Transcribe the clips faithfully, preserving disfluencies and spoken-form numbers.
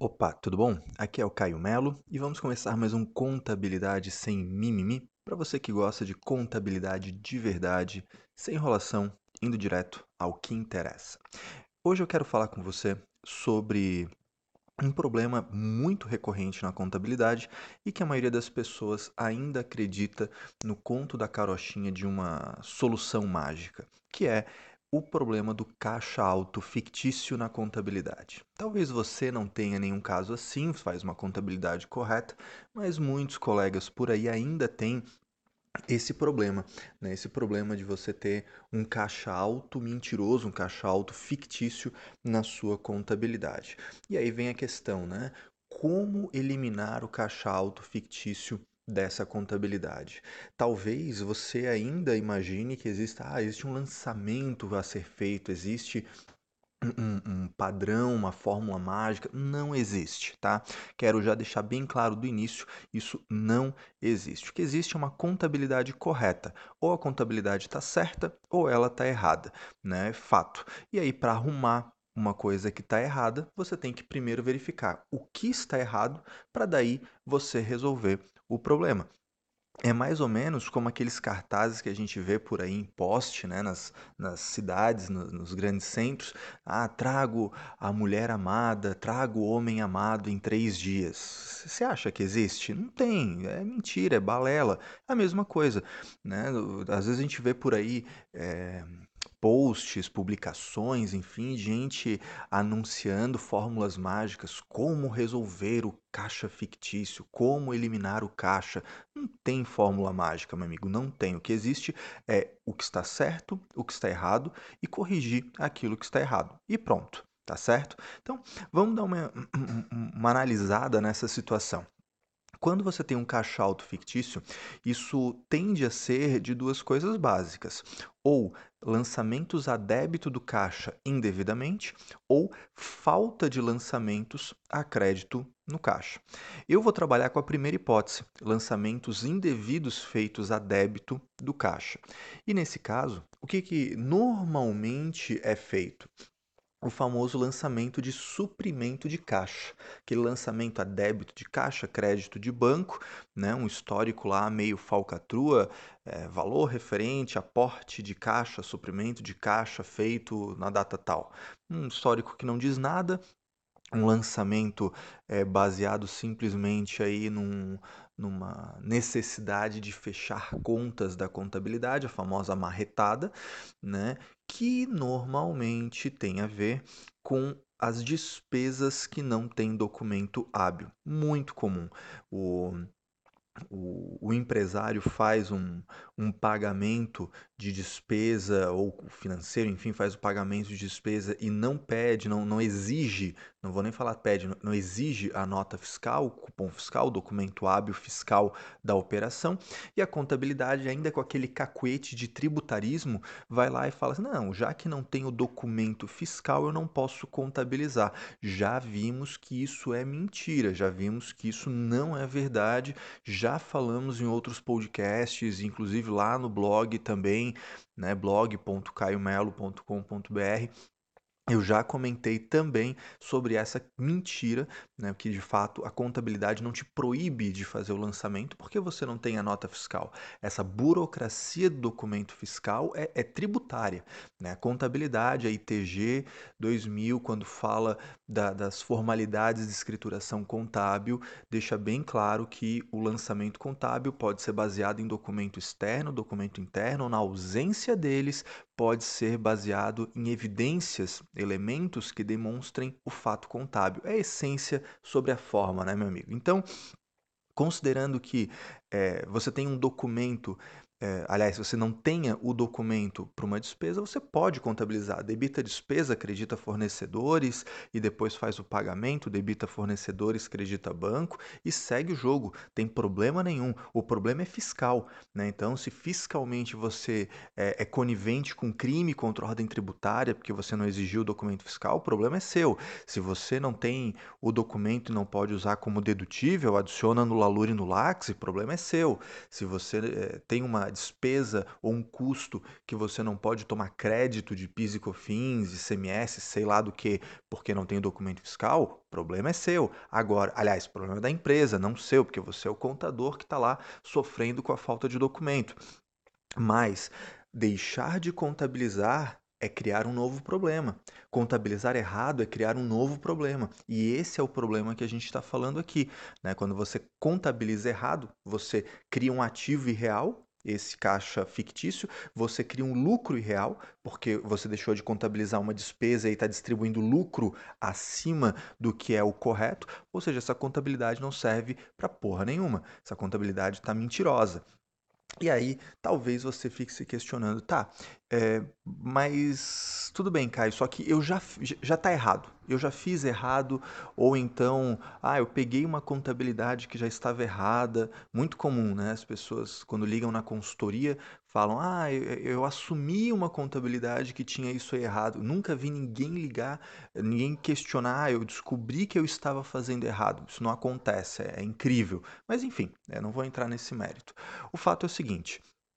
Opa, tudo bom? Aqui é o Caio Melo e vamos começar mais um Contabilidade Sem Mimimi para você que gosta de contabilidade de verdade, sem enrolação, indo direto ao que interessa. Hoje eu quero falar com você sobre um problema muito recorrente na contabilidade e que a maioria das pessoas ainda acredita no conto da carochinha de uma solução mágica, que é o problema do caixa alto fictício na contabilidade. Talvez você não tenha nenhum caso assim, faz uma contabilidade correta, mas muitos colegas por aí ainda têm esse problema, né? Esse problema de você ter um caixa alto mentiroso, um caixa alto fictício na sua contabilidade. E aí vem a questão, né? Como eliminar o caixa alto fictício dessa contabilidade? Talvez você ainda imagine que exista, ah, existe um lançamento a ser feito, existe um, um padrão, uma fórmula mágica, não existe, tá? Quero já deixar bem claro do início, isso não existe. O que existe é uma contabilidade correta. Ou a contabilidade está certa ou ela está errada, né? Fato. E aí, para arrumar uma coisa que está errada, você tem que primeiro verificar o que está errado para daí você resolver o problema. É mais ou menos como aqueles cartazes que a gente vê por aí em poste, né, nas, nas cidades, no- nos grandes centros. Ah, trago a mulher amada, trago o homem amado em três dias. Você acha que existe? Não tem, é mentira, é balela. É a mesma coisa, né? Às vezes a gente vê por aí eh, posts, publicações, enfim, gente anunciando fórmulas mágicas, como resolver o caixa fictício, como eliminar o caixa. Não tem fórmula mágica, meu amigo, não tem. O que existe é o que está certo, o que está errado e corrigir aquilo que está errado. E pronto, tá certo? Então, vamos dar uma, uma analisada nessa situação. Quando você tem um caixa alto fictício, isso tende a ser de duas coisas básicas: ou lançamentos a débito do caixa indevidamente, ou falta de lançamentos a crédito no caixa. Eu vou trabalhar com a primeira hipótese, lançamentos indevidos feitos a débito do caixa. E nesse caso, o que, que normalmente é feito? O famoso lançamento de suprimento de caixa, aquele lançamento a débito de caixa, crédito de banco, né, um histórico lá meio falcatrua, é, valor referente, aporte de caixa, suprimento de caixa feito na data tal. Um histórico que não diz nada, um lançamento é, baseado simplesmente aí num, numa necessidade de fechar contas da contabilidade, a famosa marretada, né, que normalmente tem a ver com as despesas que não têm documento hábil. Muito comum. O o, o empresário faz um, um pagamento de despesa, ou o financeiro, enfim, faz o pagamento de despesa e não pede, não, não exige, não vou nem falar pede, não, não exige a nota fiscal, o cupom fiscal, o documento hábil fiscal da operação, e a contabilidade, ainda com aquele cacuete de tributarismo, vai lá e fala assim, não, já que não tem o documento fiscal, eu não posso contabilizar. Já vimos que isso é mentira, já vimos que isso não é verdade, já falamos em outros podcasts, inclusive lá no blog também, né, blog ponto caio melo ponto com ponto br. Eu já comentei também sobre essa mentira, né, que de fato a contabilidade não te proíbe de fazer o lançamento porque você não tem a nota fiscal. Essa burocracia do documento fiscal é, é tributária, né? A contabilidade, a I T G dois mil, quando fala da- das formalidades de escrituração contábil, deixa bem claro que o lançamento contábil pode ser baseado em documento externo, documento interno, ou na ausência deles, pode ser baseado em evidências, elementos que demonstrem o fato contábil. É a essência sobre a forma, né, meu amigo? Então, considerando que eh, você tem um documento, eh, aliás, você não tenha o documento para uma despesa, você pode contabilizar. Debita despesa, acredita fornecedores e depois faz o pagamento, debita fornecedores, acredita banco e segue o jogo. Tem problema nenhum. O problema é fiscal, né? Então, se fiscalmente você é, é conivente com crime contra a ordem tributária, porque você não exigiu o documento fiscal, o problema é seu. Se você não tem o documento e não pode usar como dedutível, adiciona no LALURE e no LACSE, o problema é seu. Se você eh, tem uma despesa ou um custo que você não pode tomar crédito de PIS e COFINS, I C M S, sei lá do que, porque não tem documento fiscal, o problema é seu. Agora, aliás, o problema é da empresa, não seu, porque você é o contador que está lá sofrendo com a falta de documento. Mas deixar de contabilizar é criar um novo problema. Contabilizar errado é criar um novo problema. E esse é o problema que a gente está falando aqui, né? Quando você contabiliza errado, você cria um ativo irreal, esse caixa fictício, você cria um lucro irreal, porque você deixou de contabilizar uma despesa e está distribuindo lucro acima do que é o correto, ou seja, essa contabilidade não serve para porra nenhuma. Essa contabilidade está mentirosa. E aí, talvez você fique se questionando, tá, é, mas tudo bem, Caio, só que eu já, fi- já tá errado. Eu já fiz errado, ou então, ah, eu peguei uma contabilidade que já estava errada. Muito comum, né? As pessoas, quando ligam na consultoria, falam, ah, eu, eu assumi uma contabilidade que tinha isso aí errado. Nunca vi ninguém ligar, ninguém questionar, ah, eu descobri que eu estava fazendo errado. Isso não acontece, é, é incrível. Mas enfim, eu não vou entrar nesse mérito. O fato é o seguinte: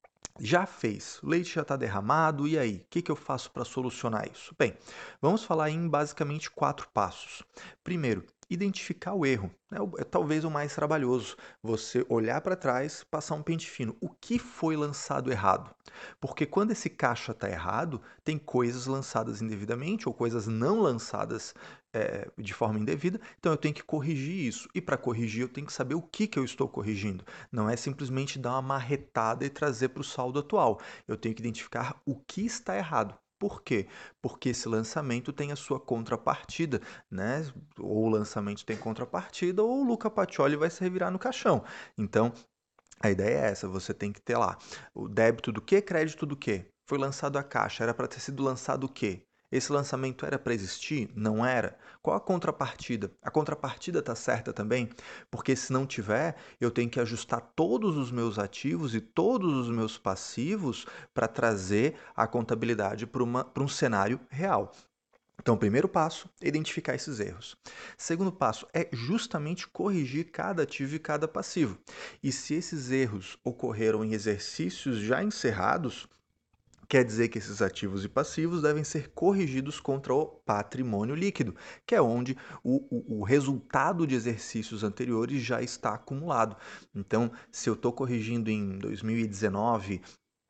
já fez, o leite já está derramado, e aí? O que, que eu faço para solucionar isso? Bem, vamos falar em basicamente quatro passos. Primeiro, identificar o erro. É, o- é talvez o mais trabalhoso. Você olhar para trás, passar um pente fino. O que foi lançado errado? Porque quando esse caixa está errado, tem coisas lançadas indevidamente ou coisas não lançadas é, de forma indevida, então eu tenho que corrigir isso. E para corrigir, eu tenho que saber o que, que eu estou corrigindo. Não é simplesmente dar uma marretada e trazer para o saldo atual. Eu tenho que identificar o que está errado. Por quê? Porque esse lançamento tem a sua contrapartida, né? Ou o lançamento tem contrapartida, ou o Luca Pacioli vai se revirar no caixão. Então, a ideia é essa, você tem que ter lá o débito do que, crédito do que. Foi lançado a caixa, era para ter sido lançado o quê? Esse lançamento era para existir? Não era? Qual a contrapartida? A contrapartida está certa também? Porque se não tiver, eu tenho que ajustar todos os meus ativos e todos os meus passivos para trazer a contabilidade para um cenário real. Então, o primeiro passo é identificar esses erros. Segundo passo é justamente corrigir cada ativo e cada passivo. E se esses erros ocorreram em exercícios já encerrados, quer dizer que esses ativos e passivos devem ser corrigidos contra o patrimônio líquido, que é onde o, o, o resultado de exercícios anteriores já está acumulado. Então, se eu estou corrigindo em dois mil e dezenove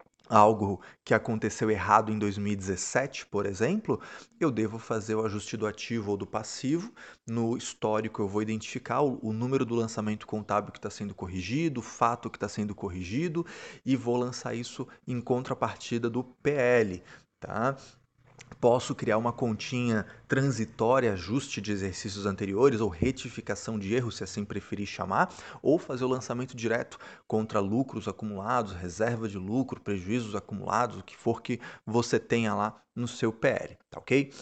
algo que aconteceu errado em dois mil e dezessete, por exemplo, eu devo fazer o ajuste do ativo ou do passivo. No histórico, eu vou identificar o, o número do lançamento contábil que está sendo corrigido, o fato que está sendo corrigido, e vou lançar isso em contrapartida do P L. Tá? Posso criar uma continha transitória, ajuste de exercícios anteriores ou retificação de erros, se assim preferir chamar, ou fazer o lançamento direto contra lucros acumulados, reserva de lucro, prejuízos acumulados, o que for que você tenha lá no seu P L, tá ok?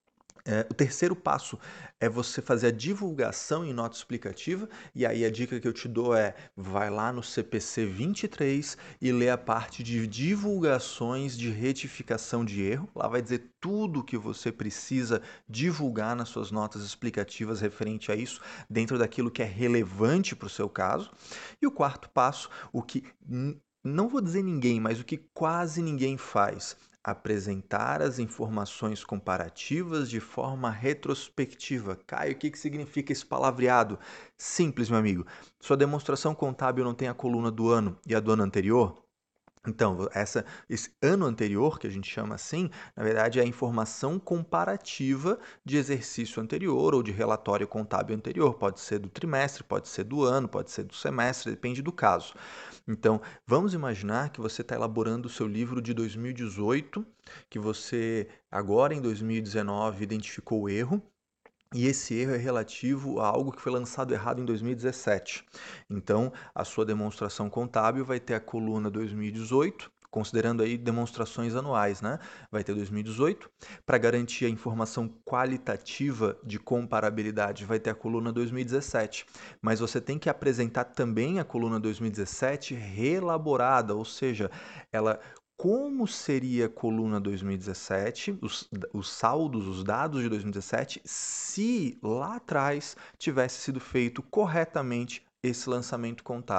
É, o terceiro passo é você fazer a divulgação em nota explicativa, e aí a dica que eu te dou é: vai lá no C P C vinte e três e lê a parte de divulgações de retificação de erro. Lá vai dizer tudo o que você precisa divulgar nas suas notas explicativas referente a isso, dentro daquilo que é relevante para o seu caso. E o quarto passo, o que não vou dizer ninguém, mas o que quase ninguém faz: apresentar as informações comparativas de forma retrospectiva. Caio, o que que significa esse palavreado? Simples, meu amigo. Sua demonstração contábil não tem a coluna do ano e a do ano anterior? Então, essa, esse ano anterior, que a gente chama assim, na verdade é a informação comparativa de exercício anterior ou de relatório contábil anterior. Pode ser do trimestre, pode ser do ano, pode ser do semestre, depende do caso. Então, vamos imaginar que você está elaborando o seu livro de dois mil e dezoito, que você agora em dois mil e dezenove identificou o erro, e esse erro é relativo a algo que foi lançado errado em dois mil e dezessete. Então, a sua demonstração contábil vai ter a coluna dois mil e dezoito, considerando aí demonstrações anuais, né? Vai ter dois mil e dezoito. Para garantir a informação qualitativa de comparabilidade, vai ter a coluna dois mil e dezessete. Mas você tem que apresentar também a coluna dois mil e dezessete reelaborada, ou seja, ela como seria a coluna dois mil e dezessete, os, os saldos, os dados de dois mil e dezessete, se lá atrás tivesse sido feito corretamente esse lançamento contábil.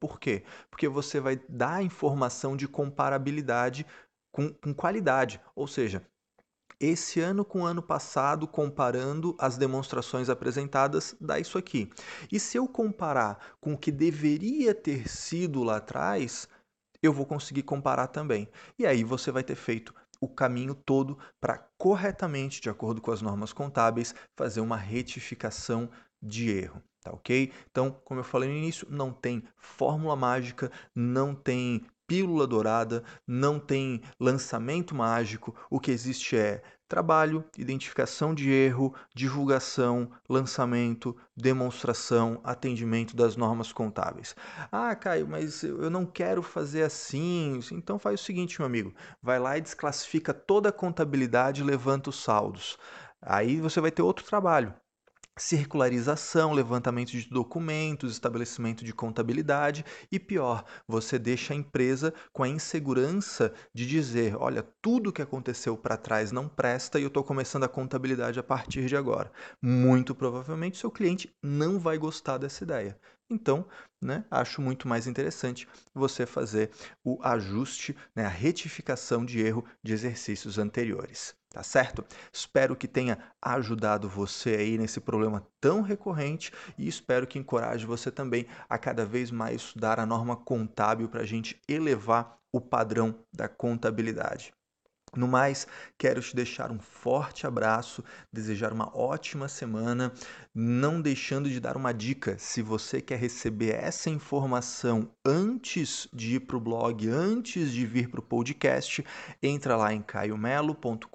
Por quê? Porque você vai dar informação de comparabilidade com, com qualidade, ou seja, esse ano com o ano passado, comparando as demonstrações apresentadas, dá isso aqui. E se eu comparar com o que deveria ter sido lá atrás, eu vou conseguir comparar também. E aí você vai ter feito o caminho todo para corretamente, de acordo com as normas contábeis, fazer uma retificação de erro, tá ok? Então, como eu falei no início, não tem fórmula mágica, não tem pílula dourada, não tem lançamento mágico. O que existe é trabalho, identificação de erro, divulgação, lançamento, demonstração, atendimento das normas contábeis. Ah, Caio, mas eu não quero fazer assim. Então faz o seguinte, meu amigo, vai lá e desclassifica toda a contabilidade e levanta os saldos. Aí você vai ter outro trabalho. Circularização, levantamento de documentos, estabelecimento de contabilidade e pior, você deixa a empresa com a insegurança de dizer, olha, tudo que aconteceu para trás não presta e eu estou começando a contabilidade a partir de agora. Muito provavelmente seu cliente não vai gostar dessa ideia. Então, né, acho muito mais interessante você fazer o ajuste, né, a retificação de erro de exercícios anteriores. Tá certo? Espero que tenha ajudado você aí nesse problema tão recorrente e espero que encoraje você também a cada vez mais estudar a norma contábil para a gente elevar o padrão da contabilidade. No mais, quero te deixar um forte abraço, desejar uma ótima semana, não deixando de dar uma dica, se você quer receber essa informação antes de ir para o blog, antes de vir para o podcast, entra lá em caiomelo.com.br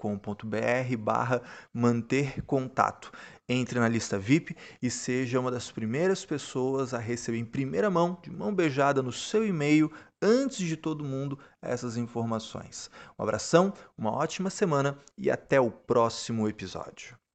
barra manter contato. Entre na lista V I P e seja uma das primeiras pessoas a receber em primeira mão, de mão beijada no seu e-mail, antes de todo mundo, essas informações. Um abração, uma ótima semana e até o próximo episódio.